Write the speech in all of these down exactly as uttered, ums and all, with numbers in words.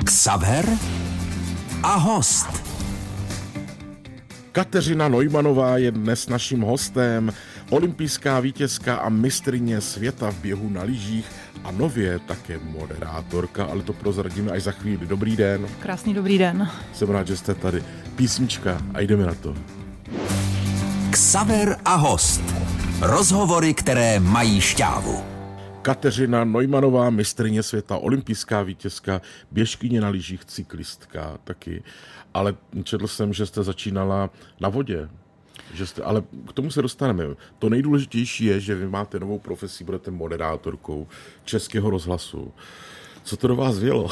Xaver a host. Kateřina Neumannová je dnes naším hostem, olympijská vítězka a mistryně světa v běhu na lyžích a nově také moderátorka, ale to prozradíme až za chvíli. Dobrý den. Krásný dobrý den. Jsem rád, že jste tady. Písnička a jdeme na to. Xaver a host. Rozhovory, které mají šťávu. Kateřina Neumannová, mistryně světa, olympijská vítězka, běžkyně na lyžích, cyklistka taky. Ale četl jsem, že jste začínala na vodě. Že jste, ale k tomu se dostaneme. To nejdůležitější je, že vy máte novou profesi, budete moderátorkou Českého rozhlasu. Co to do vás vělo?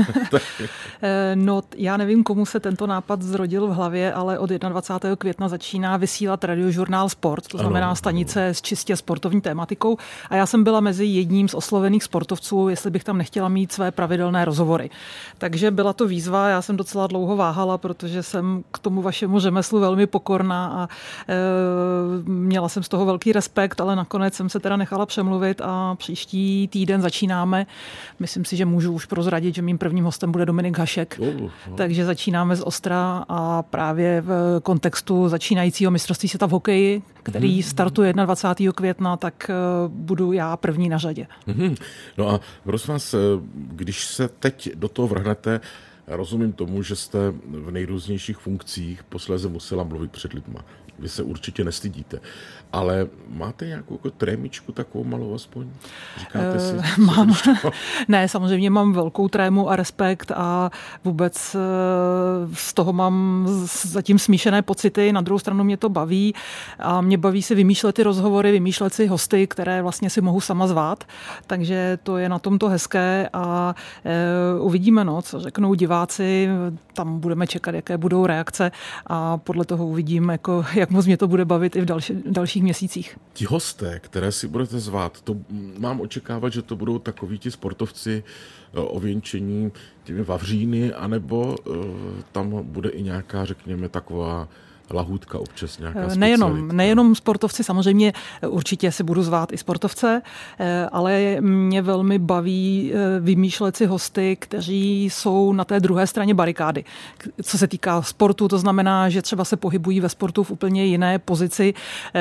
No, já nevím, komu se tento nápad zrodil v hlavě, ale od dvacátého prvního května začíná vysílat radiožurnál Sport, to znamená ano, stanice ano. s čistě sportovní tématikou. A já jsem byla mezi jedním z oslovených sportovců, jestli bych tam nechtěla mít své pravidelné rozhovory. Takže byla to výzva, já jsem docela dlouho váhala, protože jsem k tomu vašemu řemeslu velmi pokorná a e, měla jsem z toho velký respekt, ale nakonec jsem se teda nechala přemluvit a příští týden začínáme. Myslím si, že můžu už prozradit, že mým prvním hostem bude Dominik Hašek. Uh, uh. Takže začínáme z ostra a právě v kontextu začínajícího mistrovství světa v hokeji, který uh-huh. startuje dvacátého prvního května, tak budu já první na řadě. Uh-huh. No a prosím vás, když se teď do toho vrhnete, rozumím tomu, že jste v nejrůznějších funkcích posléze musela mluvit před lidma. Vy se určitě nestydíte. Ale máte nějakou jako trémičku takovou malou aspoň? Říkáte si? Uh, mám. Ne, samozřejmě mám velkou trému a respekt a vůbec uh, z toho mám zatím smíšené pocity. Na druhou stranu mě to baví a mě baví si vymýšlet ty rozhovory, vymýšlet si hosty, které vlastně si mohu sama zvát. Takže to je na tomto hezké a uh, uvidíme, no, co řeknou diváci. Tam budeme čekat, jaké budou reakce a podle toho uvidím, jako, jak moc mě to bude bavit i v další, dalších měsících. Ti hosté, které si budete zvát, to mám očekávat, že to budou takoví ti sportovci ověnčení těmi vavříny, anebo uh, tam bude i nějaká, řekněme, taková lahůdka občas, nějaká specialita. Nejenom, nejenom sportovci, samozřejmě určitě si budu zvát i sportovce, ale mě velmi baví vymýšlet si hosty, kteří jsou na té druhé straně barikády. Co se týká sportu, to znamená, že třeba se pohybují ve sportu v úplně jiné pozici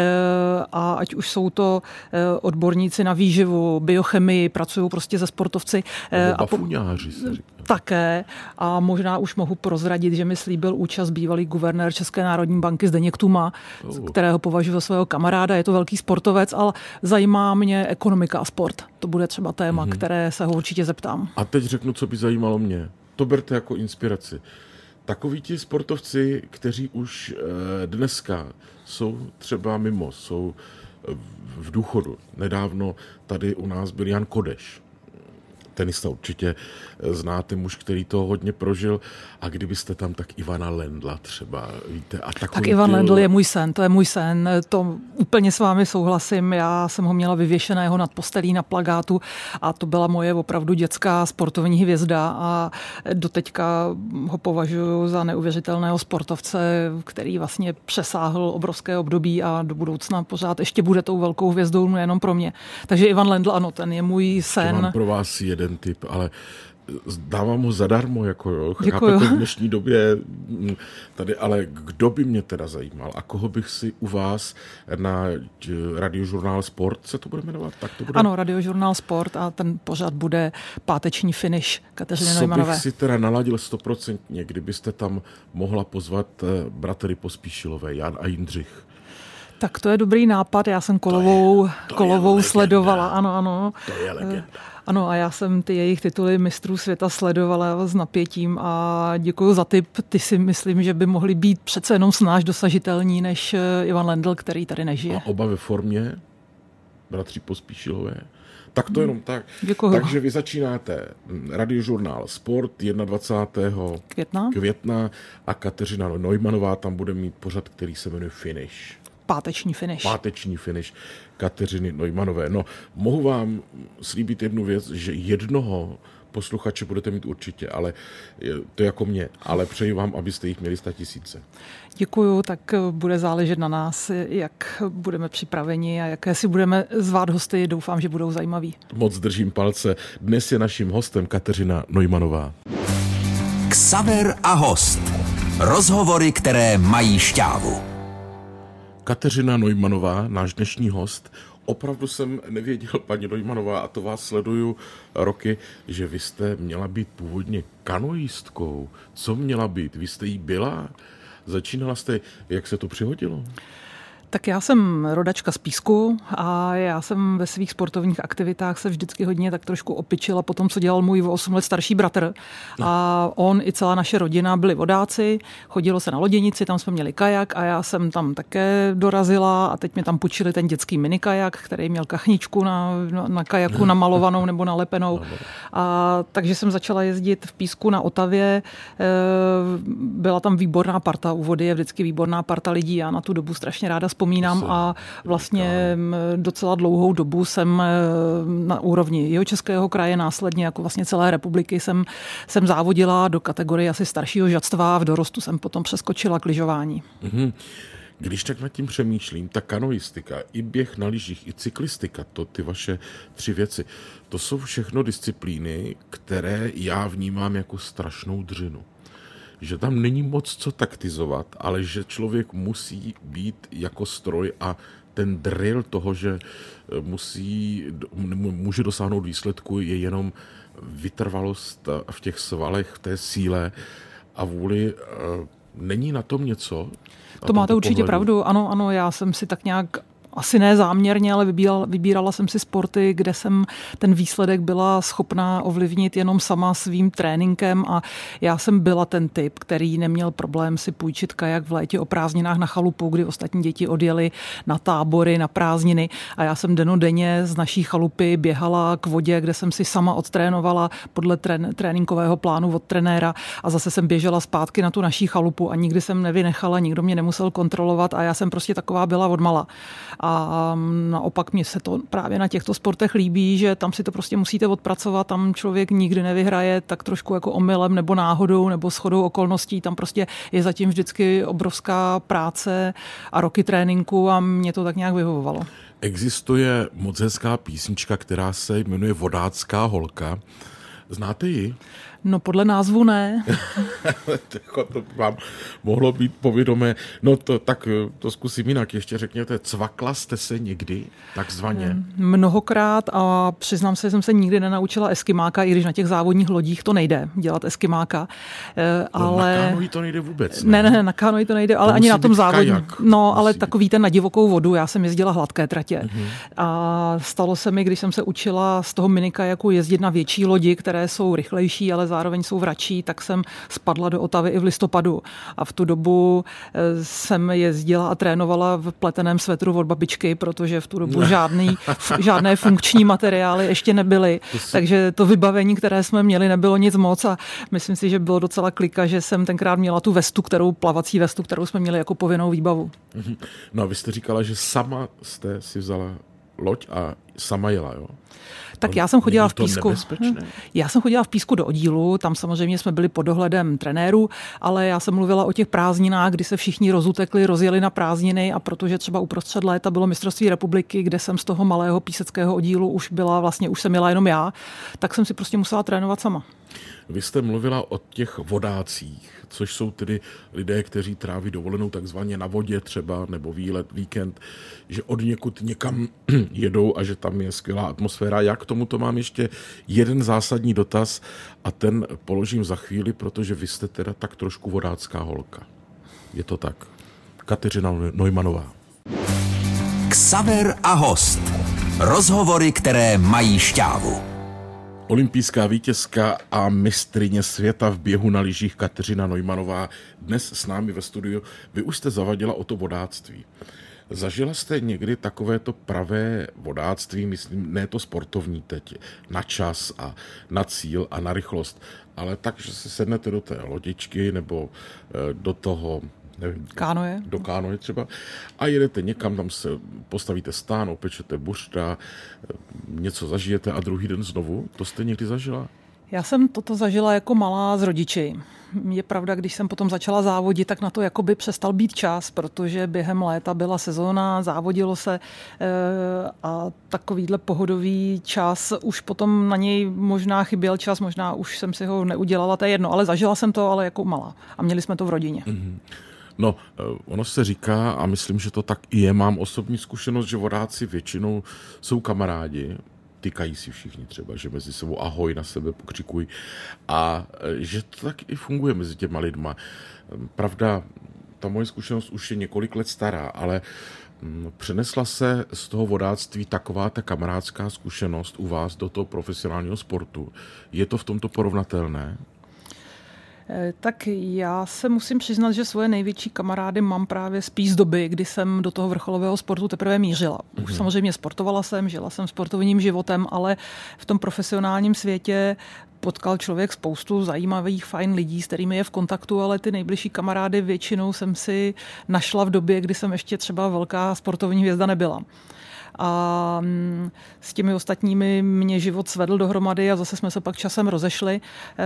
a ať už jsou to odborníci na výživu, biochemii, pracují prostě se sportovci. Nebo bafůňáři se říká. Také a možná už mohu prozradit, že mi slíbil účast bývalý guvernér České národní banky Zdeněk Tuma, oh. kterého považuji za svého kamaráda. Je to velký sportovec, ale zajímá mě ekonomika a sport. To bude třeba téma, mm-hmm. které se ho určitě zeptám. A teď řeknu, co by zajímalo mě. To berte jako inspiraci. Takoví ti sportovci, kteří už dneska jsou třeba mimo, jsou v důchodu. Nedávno tady u nás byl Jan Kodeš. Tenista určitě znáte, muž, který to hodně prožil. A kdybyste tam, tak Ivana Lendla třeba, víte. A tak Ivan Lendl je můj sen, to je můj sen. To úplně s vámi souhlasím. Já jsem ho měla vyvěšeného nad postelí na plakátu a to byla moje opravdu dětská sportovní hvězda a doteďka ho považuji za neuvěřitelného sportovce, který vlastně přesáhl obrovské období a do budoucna pořád ještě bude tou velkou hvězdou nejenom pro mě. Takže Ivan Lendl, ano, ten je můj sen. To mám pro vás jeden tip, ale dávám ho zadarmo, jako jo. Chápete v dnešní době tady, ale kdo by mě teda zajímal a koho bych si u vás na radiožurnál Sport, se to bude jmenovat? Tak to bude? Ano, radiožurnál Sport a ten pořad bude páteční finish Kateřiny Neumannové. Co bych si teda naladil stoprocentně, kdybyste tam mohla pozvat bratry Pospíšilové, Jan a Jindřich? Tak to je dobrý nápad, já jsem kolovou, to je, to kolovou je sledovala, ano, ano. To je legenda. Ano, a já jsem ty jejich tituly mistrů světa sledovala s napětím a děkuji za tip. Ty si myslím, že by mohly být přece jenom snáš dosažitelní než Ivan Lendl, který tady nežije. A oba ve formě, bratři Pospíšilové. Tak to jenom tak. Děkuji. Takže vy začínáte radiožurnál Sport dvacátého prvního května. května a Kateřina Neumannová tam bude mít pořad, který se jmenuje Finish. Páteční finish. Páteční finish Kateřiny Neumannové. No, mohu vám slíbit jednu věc, že jednoho posluchače budete mít určitě, ale to jako mě, ale přeji vám, abyste jich měli statisíce. Děkuju, tak bude záležet na nás, jak budeme připraveni a jaké si budeme zvát hosty. Doufám, že budou zajímaví. Moc držím palce. Dnes je naším hostem Kateřina Neumannová. Xaver a host. Rozhovory, které mají šťávu. Kateřina Neumannová, náš dnešní host. Opravdu jsem nevěděl, paní Neumannová, a to vás sleduju roky, že vy jste měla být původně kanoistkou. Co měla být? Vy jste jí byla? Začínala jste, jak se to přihodilo? Tak já jsem rodačka z Písku a já jsem ve svých sportovních aktivitách se vždycky hodně tak trošku opičila po tom, co dělal můj o osm let starší bratr. A on i celá naše rodina byli vodáci, chodilo se na loděnici, tam jsme měli kajak a já jsem tam také dorazila a teď mi tam půjčili ten dětský minikajak, který měl kachničku na, na, na kajaku namalovanou nebo nalepenou. A takže jsem začala jezdit v Písku na Otavě. Byla tam výborná parta, u vody je vždycky výborná parta lidí, já na tu dobu strašně ráda vzpomínám a vlastně docela dlouhou dobu jsem na úrovni Jihočeského kraje, následně jako vlastně celé republiky jsem, jsem závodila do kategorie asi staršího žadstva a v dorostu jsem potom přeskočila k lyžování. Mm-hmm. Když tak nad tím přemýšlím, ta kanoistika, i běh na lyžích, i cyklistika, to ty vaše tři věci, to jsou všechno disciplíny, které já vnímám jako strašnou dřinu. Že tam není moc co taktizovat, ale že člověk musí být jako stroj a ten drill toho, že musí, může dosáhnout výsledku, je jenom vytrvalost v těch svalech, v té síle a vůli. Není na tom něco? To máte určitě pohledu? Pravdu. Ano, ano, já jsem si tak nějak asi ne záměrně, ale vybírala, vybírala jsem si sporty, kde jsem ten výsledek byla schopná ovlivnit jenom sama svým tréninkem a já jsem byla ten typ, který neměl problém si půjčit kajak v létě o prázdninách na chalupu, kdy ostatní děti odjeli na tábory, na prázdniny a já jsem dennodenně z naší chalupy běhala k vodě, kde jsem si sama odtrénovala podle trén, tréninkového plánu od trenéra a zase jsem běžela zpátky na tu naší chalupu a nikdy jsem nevynechala, nikdo mě nemusel kontrolovat a já jsem prostě taková byla odmala. A naopak mně se to právě na těchto sportech líbí, že tam si to prostě musíte odpracovat, tam člověk nikdy nevyhraje tak trošku jako omylem nebo náhodou nebo shodou okolností, tam prostě je zatím vždycky obrovská práce a roky tréninku a mě to tak nějak vyhovovalo. Existuje moc hezká písnička, která se jmenuje Vodácká holka. Znáte ji? No podle názvu ne. To vám mohlo být povědomé. No to, tak to zkusím jinak. Ještě řekněte, cvakla jste se někdy takzvaně? Mnohokrát a přiznám se, že jsem se nikdy nenaučila eskimáka, i když na těch závodních lodích to nejde dělat eskimáka. Ale... No, na kánoji to nejde vůbec. Ne, ne, ne na kánoji to nejde, ale to ani na tom závodní. No, ale takový ten na divokou vodu. Já jsem jezdila hladké tratě. Uh-huh. A stalo se mi, když jsem se učila z toho minikajaku jezdit na větší lodi, které jsou rychlejší, ale zároveň jsou vračí, tak jsem spadla do Otavy i v listopadu. A v tu dobu jsem jezdila a trénovala v pleteném svetru od babičky, protože v tu dobu žádný, žádné funkční materiály ještě nebyly. To si... Takže to vybavení, které jsme měli, nebylo nic moc a myslím si, že bylo docela klika, že jsem tenkrát měla tu vestu, kterou, plavací vestu, kterou jsme měli jako povinnou výbavu. No a vy jste říkala, že sama jste si vzala loď a sama jela, jo? Tak já jsem chodila v Písku. Já jsem chodila v Písku do oddílu, tam samozřejmě jsme byli pod dohledem trenérů, ale já jsem mluvila o těch prázdninách, kdy se všichni rozutekli, rozjeli na prázdniny a protože třeba uprostřed léta bylo mistrovství republiky, kde jsem z toho malého píseckého oddílu už byla, vlastně už jsem jela jenom já, tak jsem si prostě musela trénovat sama. Vy jste mluvila o těch vodácích, což jsou tedy lidé, kteří tráví dovolenou takzvaně na vodě třeba, nebo výlet, víkend, že od někud někam jedou a že tam je skvělá atmosféra. Já k tomuto mám ještě jeden zásadní dotaz a ten položím za chvíli, protože vy jste teda tak trošku vodácká holka. Je to tak? Kateřina Neumannová. Xaver a host. Rozhovory, které mají šťávu. Olympijská vítězka a mistryně světa v běhu na lyžích Kateřina Neumannová dnes s námi ve studiu. Vy už jste zavadila o to vodáctví. Zažila jste někdy takovéto pravé vodáctví, myslím, ne to sportovní teď, na čas a na cíl a na rychlost, ale tak, že si sednete do té lodičky nebo do toho, nevím, kánoje. do kánoje třeba a jedete někam, tam se postavíte stán, opečete buřta, něco zažijete a druhý den znovu. To jste někdy zažila? Já jsem toto zažila jako malá s rodiči. je pravda, když jsem potom začala závodit, tak na to jakoby přestal být čas, protože během léta byla sezóna, závodilo se a takovýhle pohodový čas, už potom na něj možná chyběl čas, možná už jsem si ho neudělala, to je jedno, ale zažila jsem to, ale jako malá. A měli jsme to v rodině. Mm-hmm. No, ono se říká, a myslím, že to tak i je, mám osobní zkušenost, že vodáci většinou jsou kamarádi, tykají si všichni třeba, že mezi sebou ahoj na sebe pokřikují a že to tak i funguje mezi těma lidma. Pravda, ta moje zkušenost už je několik let stará, ale přenesla se z toho vodáctví taková ta kamarádská zkušenost u vás do toho profesionálního sportu. Je to v tomto porovnatelné? Tak já se musím přiznat, že svoje největší kamarády mám právě spíš z doby, kdy jsem do toho vrcholového sportu teprve mířila. Už mm-hmm. samozřejmě sportovala jsem, žila jsem sportovním životem, ale v tom profesionálním světě potkal člověk spoustu zajímavých, fajn lidí, s kterými je v kontaktu, ale ty nejbližší kamarády většinou jsem si našla v době, kdy jsem ještě třeba velká sportovní hvězda nebyla. A s těmi ostatními mě život svedl dohromady a zase jsme se pak časem rozešli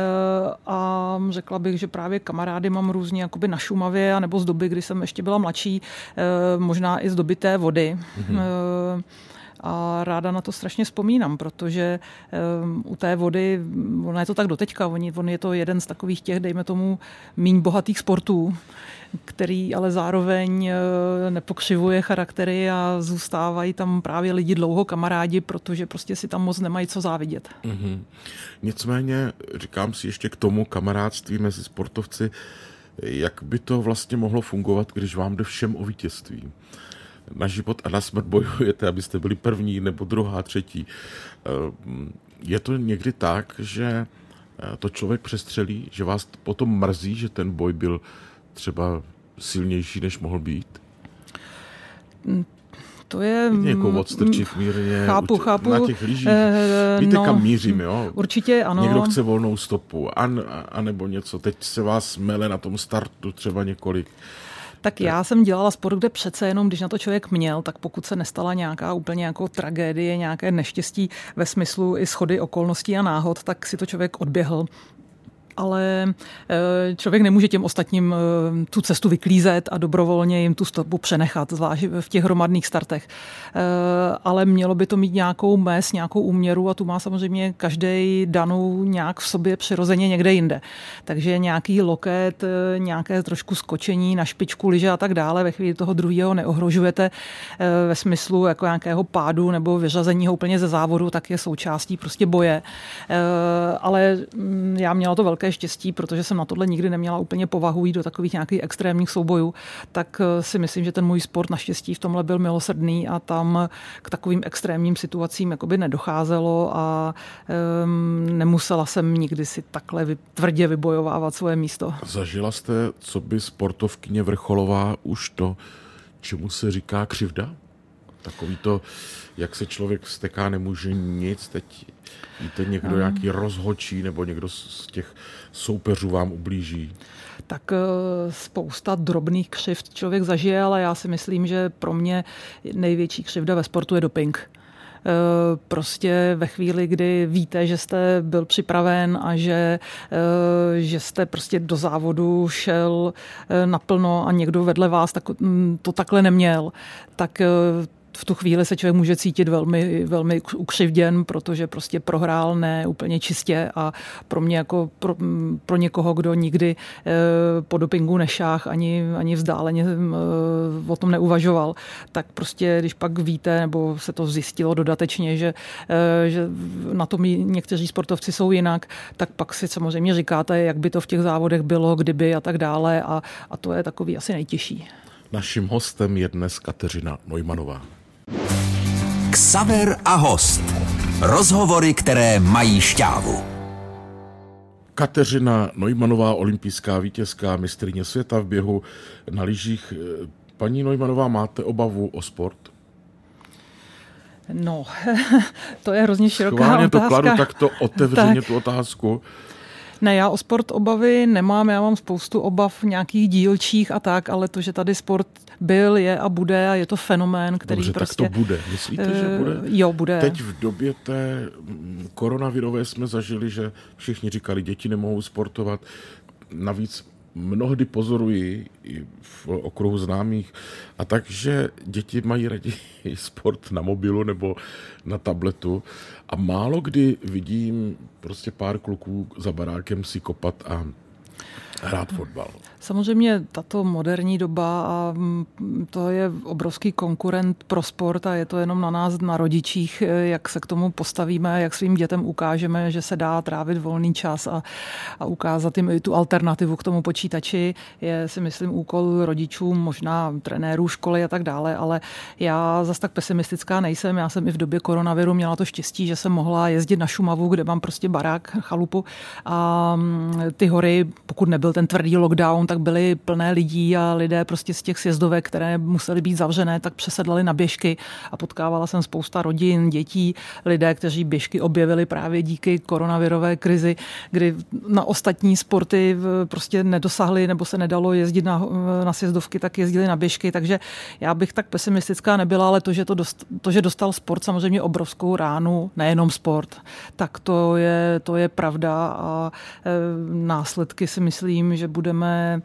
a řekla bych, že právě kamarády mám různě jakoby na Šumavě nebo z doby, kdy jsem ještě byla mladší, možná i z doby té vody. Mm-hmm. A ráda na to strašně vzpomínám, protože um, u té vody, ona je to tak doteďka, on je, on je to jeden z takových těch, dejme tomu, míň bohatých sportů, který ale zároveň uh, nepokřivuje charaktery a zůstávají tam právě lidi dlouho kamarádi, protože prostě si tam moc nemají co závidět. Mm-hmm. Nicméně říkám si ještě k tomu kamarádství mezi sportovci, jak by to vlastně mohlo fungovat, když vám jde všem o vítězství. Na život a na smrt bojujete, abyste byli první nebo druhá, třetí. Je to někdy tak, že to člověk přestřelí, že vás potom mrzí, že ten boj byl třeba silnější, než mohl být? To je... Někoho odstrčit mírně chápu, chápu. Na těch lyžích. Víte, no, kam mířím, jo? Určitě, ano. Někdo chce volnou stopu, a, a nebo něco. Teď se vás mele na tom startu třeba několik. Tak já jsem dělala sport, kde přece jenom, když na to člověk měl, tak pokud se nestala nějaká úplně jako tragédie, nějaké neštěstí ve smyslu i shody okolností a náhod, tak si to člověk odběhl. Ale člověk nemůže těm ostatním tu cestu vyklízet a dobrovolně jim tu stopu přenechat, zvlášť v těch hromadných startech. Ale mělo by to mít nějakou mez, nějakou úměru a tu má samozřejmě každý danou nějak v sobě přirozeně někde jinde. Takže nějaký loket, nějaké trošku skočení na špičku lyže a tak dále, ve chvíli toho druhého neohrožujete ve smyslu jako nějakého pádu nebo vyřazení ho úplně ze závodu, tak je součástí prostě boje. Ale já měla to velké štěstí, protože jsem na tohle nikdy neměla úplně povahu jít do takových nějakých extrémních soubojů, tak si myslím, že ten můj sport naštěstí v tomhle byl milosrdný a tam k takovým extrémním situacím jakoby nedocházelo a um, nemusela jsem nikdy si takhle vy, tvrdě vybojovávat svoje místo. Zažila jste, co by sportovkyně vrcholová, už to, čemu se říká křivda? Takový to, jak se člověk vzteká, nemůže nic, teď víte, někdo nějaký rozhočí nebo někdo z těch soupeřů vám ublíží? Tak spousta drobných křivd člověk zažije, ale já si myslím, že pro mě největší křivda ve sportu je doping. Prostě ve chvíli, kdy víte, že jste byl připraven a že, že jste prostě do závodu šel naplno a někdo vedle vás tak, to takhle neměl, tak v tu chvíli se člověk může cítit velmi, velmi ukřivděn, protože prostě prohrál ne úplně čistě a pro mě jako pro, pro někoho, kdo nikdy e, po dopingu nešáhl ani, ani vzdáleně e, o tom neuvažoval, tak prostě když pak víte, nebo se to zjistilo dodatečně, že, e, že na tom někteří sportovci jsou jinak, tak pak si samozřejmě říkáte, jak by to v těch závodech bylo, kdyby a tak dále a, a to je takový asi nejtěžší. Naším hostem je dnes Kateřina Neumannová. Xaver a host. Rozhovory, které mají šťávu. Kateřina Neumannová, olympijská vítězka, mistryně světa v běhu na lyžích. Paní Neumannová, máte obavu o sport? No, to je hrozně široká Schválně otázka. to kladu takto otevřeně tak. tu otázku. Ne, já o sport obavy nemám, já mám spoustu obav nějakých dílčích a tak, ale to, že tady sport byl, je a bude a je to fenomén, který Dobře, prostě... tak to bude. Myslíte, uh, že bude? Jo, bude. Teď v době té koronavirové jsme zažili, že všichni říkali, děti nemohou sportovat. navíc mnohdy pozoruji i v okruhu známých, a takže děti mají raději sport na mobilu nebo na tabletu a málo kdy vidím prostě pár kluků za barákem si kopat a hrát fotbal. Samozřejmě tato moderní doba a to je obrovský konkurent pro sport a je to jenom na nás, na rodičích, jak se k tomu postavíme, jak svým dětem ukážeme, že se dá trávit volný čas a, a ukázat jim i tu alternativu k tomu počítači. Je si myslím úkol rodičů, možná trenérů školy a tak dále, ale já zas tak pesimistická nejsem. Já jsem i v době koronaviru měla to štěstí, že jsem mohla jezdit na Šumavu, kde mám prostě barák, chalupu a ty hory, pokud nebyl ten tvrdý lockdown, tak byly plné lidí a lidé prostě z těch sjezdovek, které musely být zavřené, tak přesedlali na běžky a potkávala jsem spousta rodin, dětí, lidé, kteří běžky objevili právě díky koronavirové krizi, kdy na ostatní sporty prostě nedosáhli nebo se nedalo jezdit na, na sjezdovky, tak jezdili na běžky, takže já bych tak pesimistická nebyla, ale to, že, to, dost, to, že dostal sport samozřejmě obrovskou ránu, nejenom sport, tak to je, to je pravda a e, následky si myslím, že budeme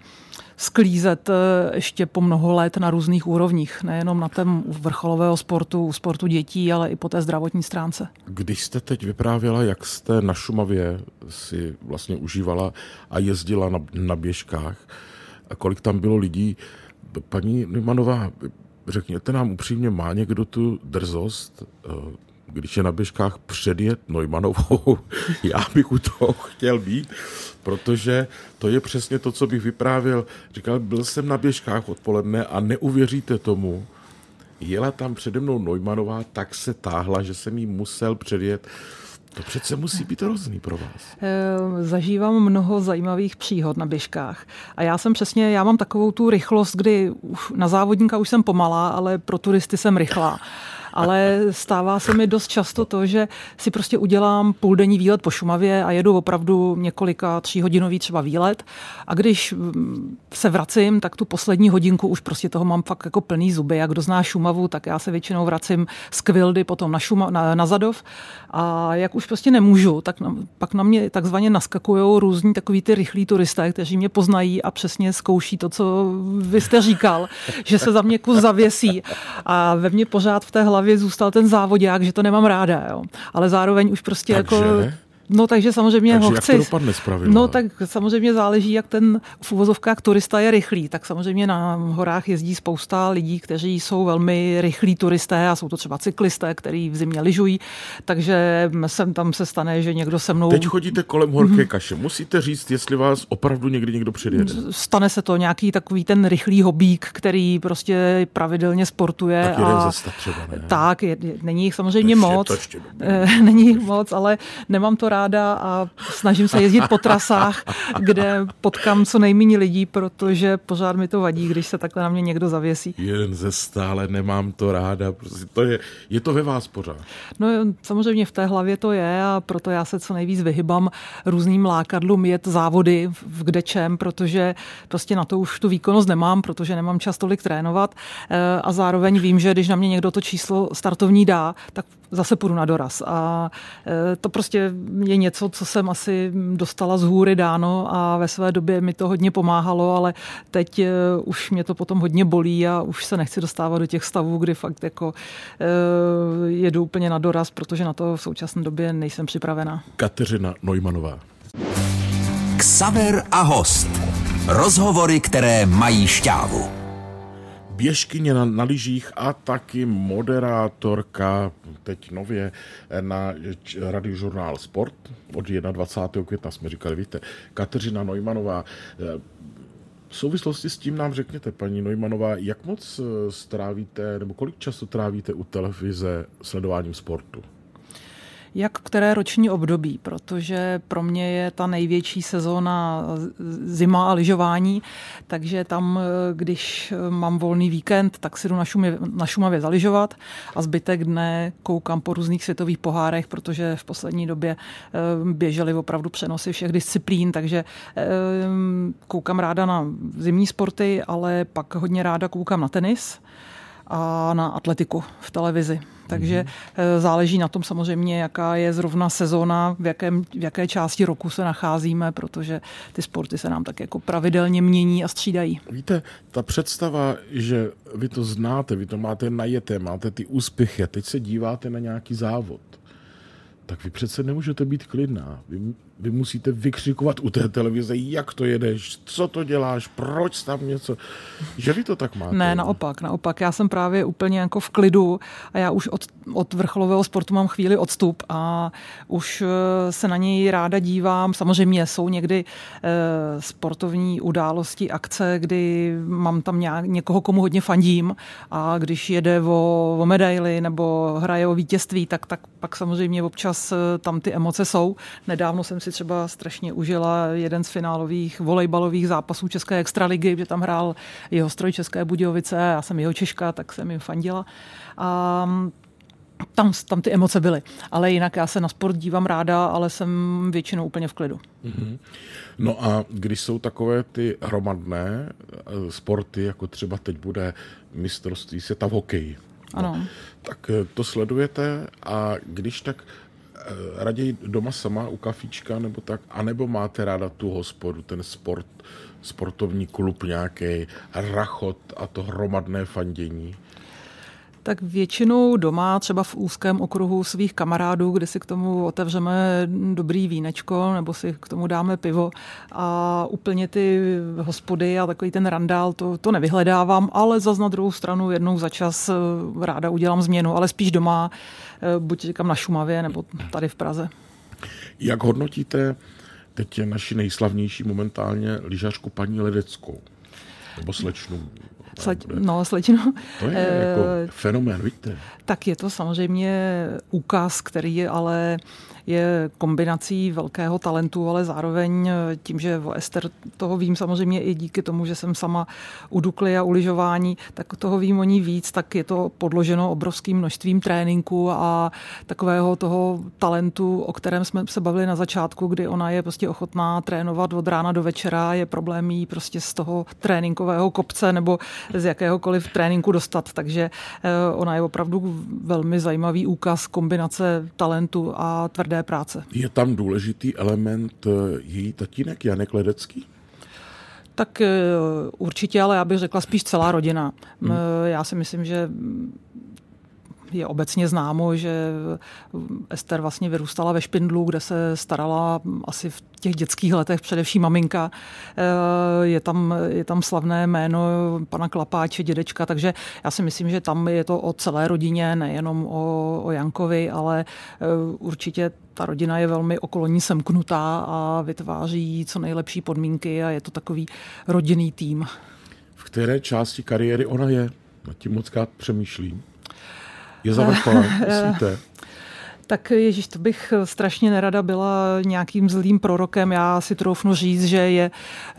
sklízet ještě po mnoho let na různých úrovních, nejenom na tom vrcholového sportu, u sportu dětí, ale i po té zdravotní stránce. Když jste teď vyprávěla, jak jste na Šumavě si vlastně užívala a jezdila na, na běžkách a kolik tam bylo lidí, paní Neumannová, řekněte nám upřímně, má někdo tu drzost, když je na běžkách, předjet Neumannovou? Já bych u toho chtěl být, protože to je přesně to, co bych vyprávěl. Říkal, byl jsem na běžkách odpoledne a neuvěříte tomu, jela tam přede mnou Neumannová, tak se táhla, že jsem jí musel předjet. To přece musí být hrozný pro vás. Zažívám mnoho zajímavých příhod na běžkách. A já jsem přesně, já mám takovou tu rychlost, kdy už na závodníka už jsem pomalá, ale pro turisty jsem rychlá. Ale stává se mi dost často to, že si prostě udělám půldenní výlet po Šumavě a jedu opravdu několika tříhodinový třeba výlet a když se vracím, tak tu poslední hodinku už prostě toho mám fakt jako plný zuby. Jak kdo zná Šumavu, tak já se většinou vracím z Kvildy potom na, Šuma, na, na Zadov a jak už prostě nemůžu, tak na, pak na mě takzvaně naskakujou různí takový ty rychlí turisté, kteří mě poznají a přesně zkouší to, co vy jste říkal, že se za mě kus zavěsí a ve mně pořád v té hlavě zůstal ten závodák, že to nemám ráda, jo. Ale zároveň už prostě takže? jako... No takže samozřejmě takže ho jak chci. To dopadne zpravidla? No tak samozřejmě záleží, jak ten v uvozovkách turista je rychlý. Tak samozřejmě na horách jezdí spousta lidí, kteří jsou velmi rychlí turisté a jsou to třeba cyklisté, kteří v zimě lyžují. Takže sem tam se stane, že někdo se mnou... Teď chodíte kolem horké kaše. Musíte říct, jestli vás opravdu někdy někdo předjede. Stane se to nějaký takový ten rychlý hobík, který prostě pravidelně sportuje. Tak jeden a... ze sta třeba, ne? Tak, je, není jich samozřejmě to ještě, moc. To ještě není jich moc, ale nemám to ráda a snažím se jezdit po trasách, kde potkám co nejméně lidí, protože pořád mi to vadí, když se takhle na mě někdo zavěsí. Jeden ze stále nemám to ráda. Prostě to je, je to ve vás pořád. No samozřejmě v té hlavě to je a proto já se co nejvíc vyhybám různým lákadlům jet závody v kdečem, protože prostě na to už tu výkonnost nemám, protože nemám čas tolik trénovat a zároveň vím, že když na mě někdo to číslo startovní dá, tak zase půjdu na doraz. A to prostě je něco, co jsem asi dostala z hůry dáno a ve své době mi to hodně pomáhalo, ale teď už mě to potom hodně bolí a už se nechci dostávat do těch stavů, kdy fakt jako jedu úplně na doraz, protože na to v současné době nejsem připravená. Kateřina Neumannová. Xaver a host. Rozhovory, které mají šťávu. Běžkyně na, na lyžích a taky moderátorka teď nově na radiožurnál Sport. Od dvacátého prvního května jsme říkali, víte, Kateřina Neumannová. V souvislosti s tím nám řekněte, paní Neumannová, jak moc strávíte, nebo kolik času trávíte u televize sledováním sportu? Jak které roční období, protože pro mě je ta největší sezóna zima a lyžování, takže tam, když mám volný víkend, tak si jdu na, Šumě, na Šumavě zalyžovat a zbytek dne koukám po různých světových pohárech, protože v poslední době běžely opravdu přenosy všech disciplín, takže koukám ráda na zimní sporty, ale pak hodně ráda koukám na tenis. a na atletiku v televizi. Takže mm-hmm. záleží na tom samozřejmě, jaká je zrovna sezóna, v, jakém, v jaké části roku se nacházíme, protože ty sporty se nám tak jako pravidelně mění a střídají. Víte, ta představa, že vy to znáte, vy to máte najeté, máte ty úspěchy a teď se díváte na nějaký závod, tak vy přece nemůžete být klidná. Vy, vy musíte vykřikovat u té televize, jak to jedeš, co to děláš, proč tam něco. Že vy to tak máte? Ne, naopak, naopak. Já jsem právě úplně jako v klidu a já už od, od vrcholového sportu mám chvíli odstup a už se na něj ráda dívám. Samozřejmě jsou někdy e, sportovní události, akce, kdy mám tam nějak, někoho, komu hodně fandím a když jede o, o medaili nebo hraje o vítězství, tak, tak pak samozřejmě občas tam ty emoce jsou. Nedávno jsem si třeba strašně užila jeden z finálových volejbalových zápasů České extraligy, že tam hrál jeho stroj České Budějovice, já jsem jeho Češka, tak jsem jim fandila. A tam, tam ty emoce byly. Ale jinak já se na sport dívám ráda, ale jsem většinou úplně v klidu. Mm-hmm. No a když jsou takové ty hromadné sporty, jako třeba teď bude mistrovství světa v hokeji, ano. No, tak to sledujete a když tak raději doma sama u kafíčka nebo tak, anebo máte ráda tu hospodu, ten sport, sportovní klub nějaký, rachot a to hromadné fandění? Tak většinou doma, třeba v úzkém okruhu svých kamarádů, kde si k tomu otevřeme dobrý vínečko nebo si k tomu dáme pivo a úplně ty hospody a takový ten randál, to, to nevyhledávám, ale zas na druhou stranu jednou za čas ráda udělám změnu, ale spíš doma, buď říkám na Šumavě nebo tady v Praze. Jak hodnotíte teď je naši nejslavnější momentálně lyžařku paní Ledeckou? Nebo slečnu? Sleč, no, slečinu. To je e, jako fenomén, víte? Tak je to samozřejmě úkaz, který ale je kombinací velkého talentu, ale zároveň tím, že o Ester toho vím samozřejmě i díky tomu, že jsem sama u Dukly a u lyžování, tak toho vím o ní víc, tak je to podloženo obrovským množstvím tréninku a takového toho talentu, o kterém jsme se bavili na začátku, kdy ona je prostě ochotná trénovat od rána do večera, je problém jí prostě z toho tréninkového kopce nebo z jakéhokoliv tréninku dostat, takže ona je opravdu velmi zajímavý úkaz kombinace talentu a tvrdé práce. Je tam důležitý element její tatínek Janek Ledecký? Tak určitě, ale já bych řekla spíš celá rodina. Hmm. Já si myslím, že je obecně známo, že Ester vlastně vyrůstala ve Špindlu, kde se starala asi v těch dětských letech především maminka. Je tam, je tam slavné jméno pana Klapáče, dědečka, takže já si myslím, že tam je to o celé rodině, nejenom o, o Jankovi, ale určitě ta rodina je velmi okolo ní semknutá a vytváří co nejlepší podmínky a je to takový rodinný tým. V které části kariéry ona je? Nad tím moc krát přemýšlím. Je za vrcholem, myslíte? Tak ježiš, to bych strašně nerada byla nějakým zlým prorokem. Já si troufnu říct, že je,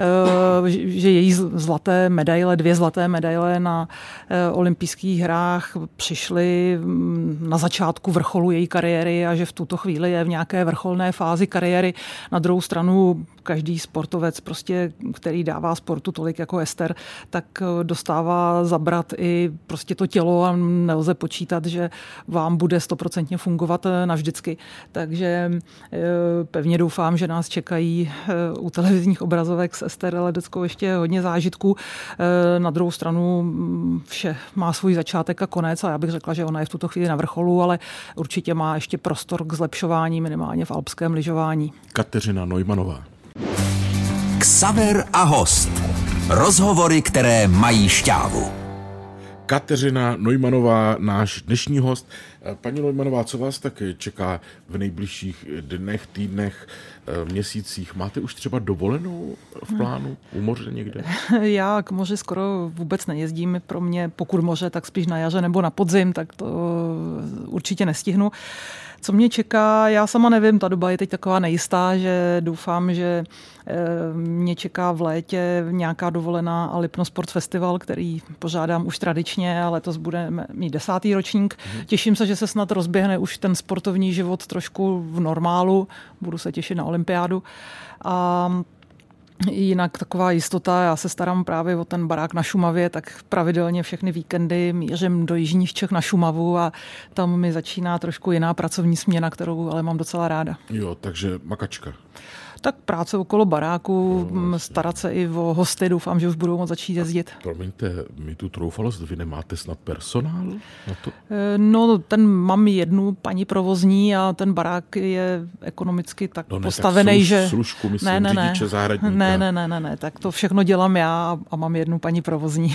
že její zlaté medaile, dvě zlaté medaile na olympijských hrách přišly na začátku vrcholu její kariéry a že v tuto chvíli je v nějaké vrcholné fázi kariéry. Na druhou stranu každý sportovec, prostě, který dává sportu tolik jako Ester, tak dostává zabrat i prostě to tělo a nelze počítat, že vám bude stoprocentně fungovat navždycky. Takže pevně doufám, že nás čekají u televizních obrazovek s Ester Ledeckou ještě hodně zážitků. Na druhou stranu vše má svůj začátek a konec a já bych řekla, že ona je v tuto chvíli na vrcholu, ale určitě má ještě prostor k zlepšování minimálně v alpském lyžování. Kateřina Neumannová. Xaver a host. Rozhovory, které mají šťávu. Kateřina Neumannová, náš dnešní host. Paní Neumannová, co vás tak čeká v nejbližších dnech, týdnech, měsících? Máte už třeba dovolenou v plánu? U moře někde? Já k moři skoro vůbec nejezdím. Pro mě, pokud moře, tak spíš na jaře nebo na podzim, tak to určitě nestihnu. Co mě čeká, já sama nevím, ta doba je teď taková nejistá, že doufám, že mě čeká v létě nějaká dovolená a Lipno Sport Festival, který pořádám už tradičně, a letos bude mít desátý ročník. Mm. Těším se, že se snad rozběhne už ten sportovní život trošku v normálu. Budu se těšit na olympiádu. A Jinak taková jistota, já se starám právě o ten barák na Šumavě, tak pravidelně všechny víkendy mířím do jižních Čech na Šumavu a tam mi začíná trošku jiná pracovní směna, kterou ale mám docela ráda. Jo, takže makačka. Tak práce okolo baráku, no, starat se i o hosty, doufám, že už budou moct začít jezdit. A promiňte, mi tu troufalost, vy nemáte snad personál na to? No, ten mám jednu paní provozní a ten barák je ekonomicky tak no ne, postavený, tak služ, že... služku, myslím, ne, ne, ne. řidiče, zahradníka. Ne, ne, ne, ne, ne, tak to všechno dělám já a mám jednu paní provozní.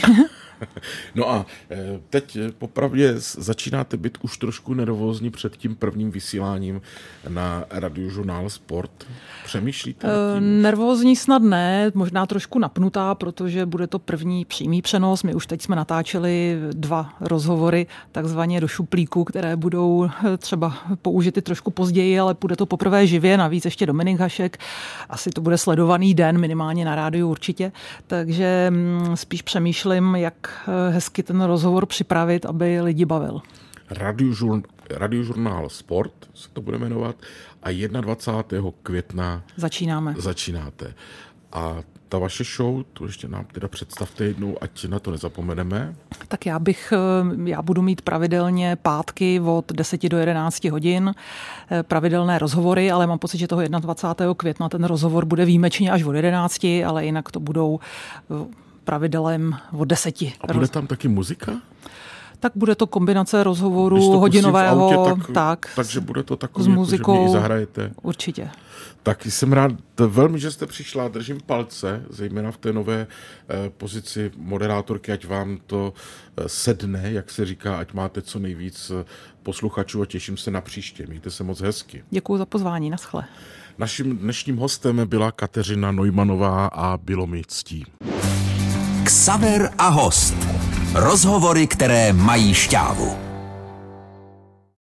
No a teď popravdě začínáte být už trošku nervózní před tím prvním vysíláním na Radiožurnál Sport. Přemýšlíte? E, nervózní snad ne, možná trošku napnutá, protože bude to první přímý přenos. My už teď jsme natáčeli dva rozhovory takzvaně do šuplíku, které budou třeba použity trošku později, ale bude to poprvé živě, navíc ještě Dominik Hašek. Asi to bude sledovaný den, minimálně na rádiu určitě. Takže spíš přemýšlím, jak hezky ten rozhovor připravit, aby lidi bavil. Radiožurn, Radiožurnál Sport se to bude jmenovat a dvacátého prvního května začínáme. Začínáte. A ta vaše show, to ještě nám teda představte jednou, ať na to nezapomeneme. Tak já bych, já budu mít pravidelně pátky od deseti do jedenácti hodin, pravidelné rozhovory, ale mám pocit, že toho dvacátého prvního května ten rozhovor bude výjimečně až od jedenácti, ale jinak to budou pravidelem od deseti. A bude tam taky muzika? Tak bude to kombinace rozhovoru hodinového. Autě, tak, tak, takže bude to takový, s muzikou, jako, že mě i zahrajete. Určitě. Tak jsem rád velmi, že jste přišla, držím palce, zejména v té nové eh, pozici moderátorky, ať vám to eh, sedne, jak se říká, ať máte co nejvíc posluchačů a těším se na příště. Mějte se moc hezky. Děkuji za pozvání, naschle. Naším dnešním hostem byla Kateřina Neumannová a bylo mi ctí. Xaver a host. Rozhovory, které mají šťávu.